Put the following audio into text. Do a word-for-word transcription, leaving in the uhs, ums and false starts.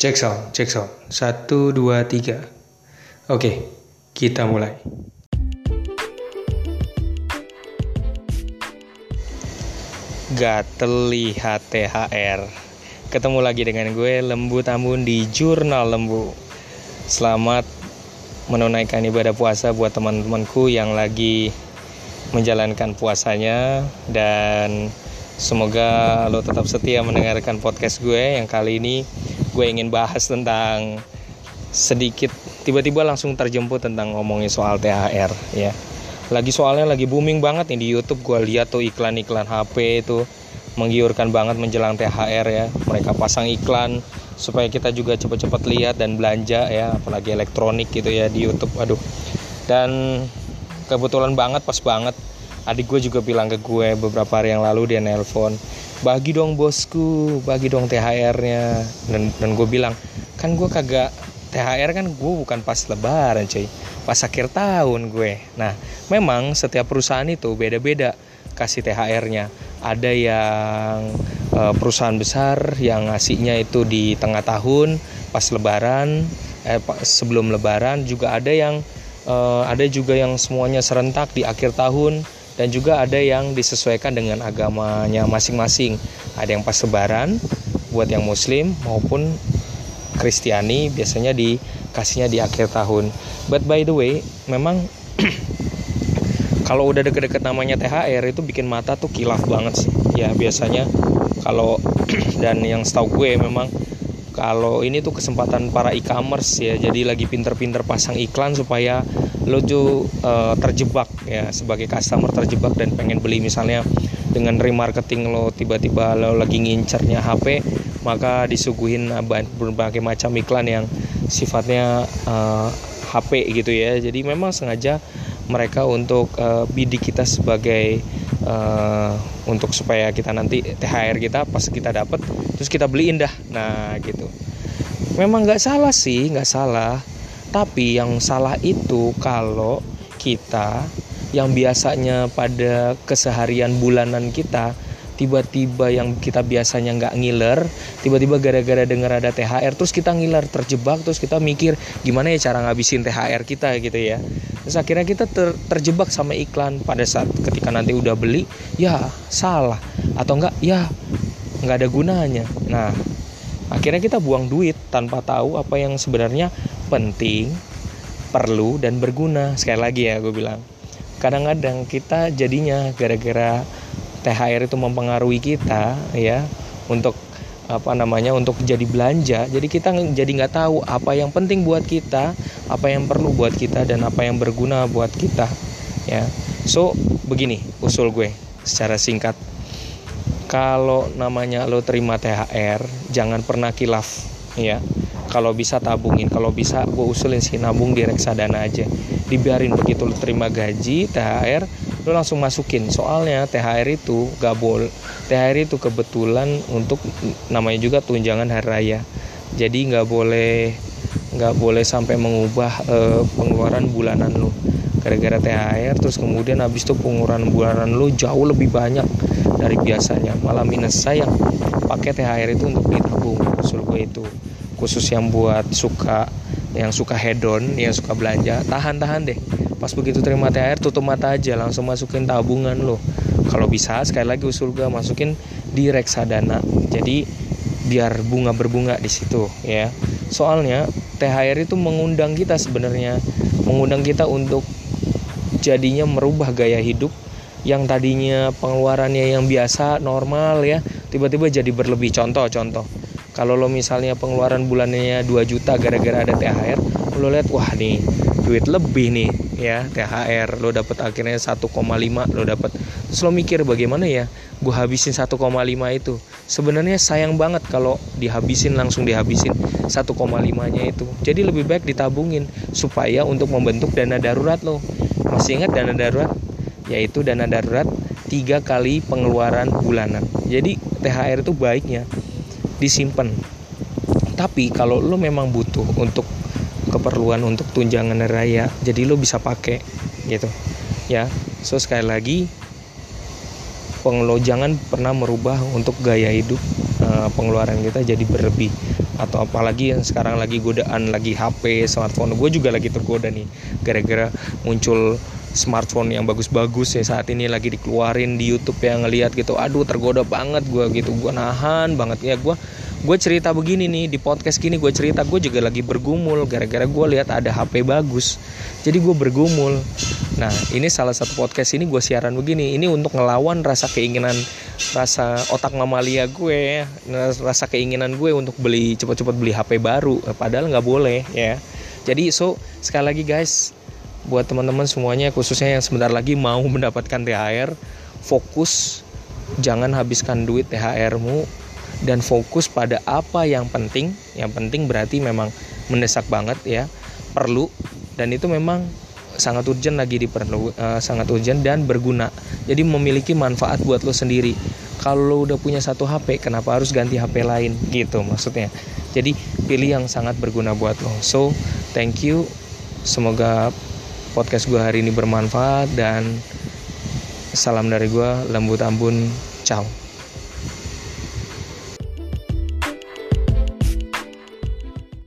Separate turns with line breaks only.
Cek sound, cek sound. Satu, dua, tiga. Oke, kita mulai. Gak terlihat T H R. Ketemu lagi dengan gue, Lembu Tambun di Jurnal Lembu. Selamat menunaikan ibadah puasa buat teman-temanku yang lagi menjalankan puasanya. Dan semoga lo tetap setia mendengarkan podcast gue. Yang kali ini gue ingin bahas tentang sedikit, tiba-tiba langsung terjemput tentang ngomongin soal T H R ya. Lagi soalnya lagi booming banget nih di YouTube. Gue lihat tuh iklan-iklan H P itu menggiurkan banget menjelang T H R ya. Mereka pasang iklan supaya kita juga cepat-cepat lihat dan belanja ya, apalagi elektronik gitu ya di YouTube. Aduh. Dan kebetulan banget, pas banget, adik gue juga bilang ke gue beberapa hari yang lalu, dia nelpon, bagi dong bosku, bagi dong T H R-nya. Dan, dan gue bilang, kan gue kagak, T H R kan gue bukan pas lebaran cuy, pas akhir tahun gue. Nah memang setiap perusahaan itu beda-beda kasih T H R-nya. Ada yang e, perusahaan besar yang ngasihnya itu di tengah tahun pas lebaran, eh, sebelum lebaran. Juga ada yang e, ada juga yang semuanya serentak di akhir tahun. Dan juga ada yang disesuaikan dengan agamanya masing-masing. Ada yang pas lebaran buat yang muslim maupun Kristiani, biasanya dikasihnya di akhir tahun. But by the way, memang kalau udah deket-deket namanya T H R itu bikin mata tuh kilaf banget sih. Ya biasanya kalau dan yang setahu gue memang kalau ini tuh kesempatan para e-commerce ya. Jadi lagi pinter-pinter pasang iklan supaya lo tuh uh, terjebak ya, sebagai customer terjebak dan pengen beli. Misalnya dengan remarketing lo, tiba-tiba lo lagi ngincernya H P, maka disuguhin berbagai macam iklan yang sifatnya uh, H P gitu ya. Jadi memang sengaja mereka untuk uh, bidik kita sebagai uh, untuk supaya kita nanti T H R kita pas kita dapat terus kita beliin dah. Nah gitu. Memang nggak salah sih, nggak salah. Tapi yang salah itu kalau kita yang biasanya pada keseharian bulanan kita, tiba-tiba yang kita biasanya nggak ngiler, tiba-tiba gara-gara dengar ada T H R terus kita ngiler, terjebak, terus kita mikir gimana ya cara ngabisin T H R kita gitu ya. Terus akhirnya kita ter- terjebak sama iklan. Pada saat ketika nanti udah beli, ya salah, atau enggak ya nggak ada gunanya. Nah akhirnya kita buang duit tanpa tahu apa yang sebenarnya penting, perlu, dan berguna. Sekali lagi ya gue bilang, kadang-kadang kita jadinya gara-gara T H R itu mempengaruhi kita ya untuk apa namanya untuk jadi belanja. Jadi kita jadi nggak tahu apa yang penting buat kita, apa yang perlu buat kita, dan apa yang berguna buat kita ya. So begini usul gue secara singkat, kalau namanya lo terima T H R jangan pernah kilaf ya. Kalau bisa tabungin, kalau bisa gue usulin sih nabung di reksadana aja. Dibiarin begitu lo terima gaji T H R lo langsung masukin. Soalnya T H R itu gak boleh, T H R itu kebetulan untuk namanya juga tunjangan hari raya. Jadi gak boleh gak boleh sampai mengubah uh, pengeluaran bulanan lo gara-gara T H R. Terus kemudian habis itu pengeluaran bulanan lo jauh lebih banyak dari biasanya, malah minus. Sayang pakai T H R itu untuk ditabung. Usul gue itu khusus yang buat suka yang suka hedon, yang suka belanja, tahan-tahan deh. Pas begitu terima T H R tutup mata aja, langsung masukin tabungan lo. Kalau bisa sekali lagi usul gue masukin di reksadana. Jadi biar bunga berbunga di situ ya. Soalnya T H R itu mengundang kita sebenarnya, mengundang kita untuk jadinya merubah gaya hidup yang tadinya pengeluarannya yang biasa normal ya, tiba-tiba jadi berlebih. Contoh-contoh, kalau lo misalnya pengeluaran bulannya dua juta gara-gara ada T H R, lo lihat wah nih duit lebih nih ya, T H R lo dapat akhirnya satu koma lima lo dapat. Terus lo mikir bagaimana ya gue habisin satu koma lima itu. Sebenarnya sayang banget kalau dihabisin, langsung dihabisin satu koma lima-nya itu. Jadi lebih baik ditabungin supaya untuk membentuk dana darurat lo. Masih ingat dana darurat? Yaitu dana darurat tiga kali pengeluaran bulanan. Jadi T H R itu baiknya disimpan. Tapi kalau lo memang butuh untuk keperluan untuk tunjangan raya, jadi lo bisa pakai gitu ya. So sekali lagi, pengelo jangan pernah merubah untuk gaya hidup uh, pengeluaran kita jadi berlebih. atau apalagi yang sekarang lagi godaan lagi H P, smartphone. Gue juga lagi tergoda nih gara-gara muncul smartphone yang bagus-bagus ya saat ini lagi dikeluarin di YouTube ya, ngelihat gitu, aduh tergoda banget gue gitu. Gue nahan banget ya. Gue gue cerita begini nih di podcast gini, gue cerita gue juga lagi bergumul gara-gara gue lihat ada H P bagus, jadi gue bergumul. Nah ini salah satu podcast ini gue siaran begini, ini untuk ngelawan rasa keinginan, rasa otak mamalia gue, rasa keinginan gue untuk beli cepat-cepat beli H P baru, padahal nggak boleh ya. Jadi so sekali lagi guys, buat teman-teman semuanya khususnya yang sebentar lagi mau mendapatkan T H R, fokus, jangan habiskan duit T H R-mu dan fokus pada apa yang penting. Yang penting berarti memang mendesak banget ya, perlu, dan itu memang sangat urgent lagi diperlu, uh, sangat urgent dan berguna. Jadi memiliki manfaat buat lo sendiri. Kalau lo udah punya satu H P, kenapa harus ganti H P lain gitu maksudnya. Jadi pilih yang sangat berguna buat lo. So thank you, semoga podcast gue hari ini bermanfaat, dan salam dari gue, Lembu Tambun, ciao.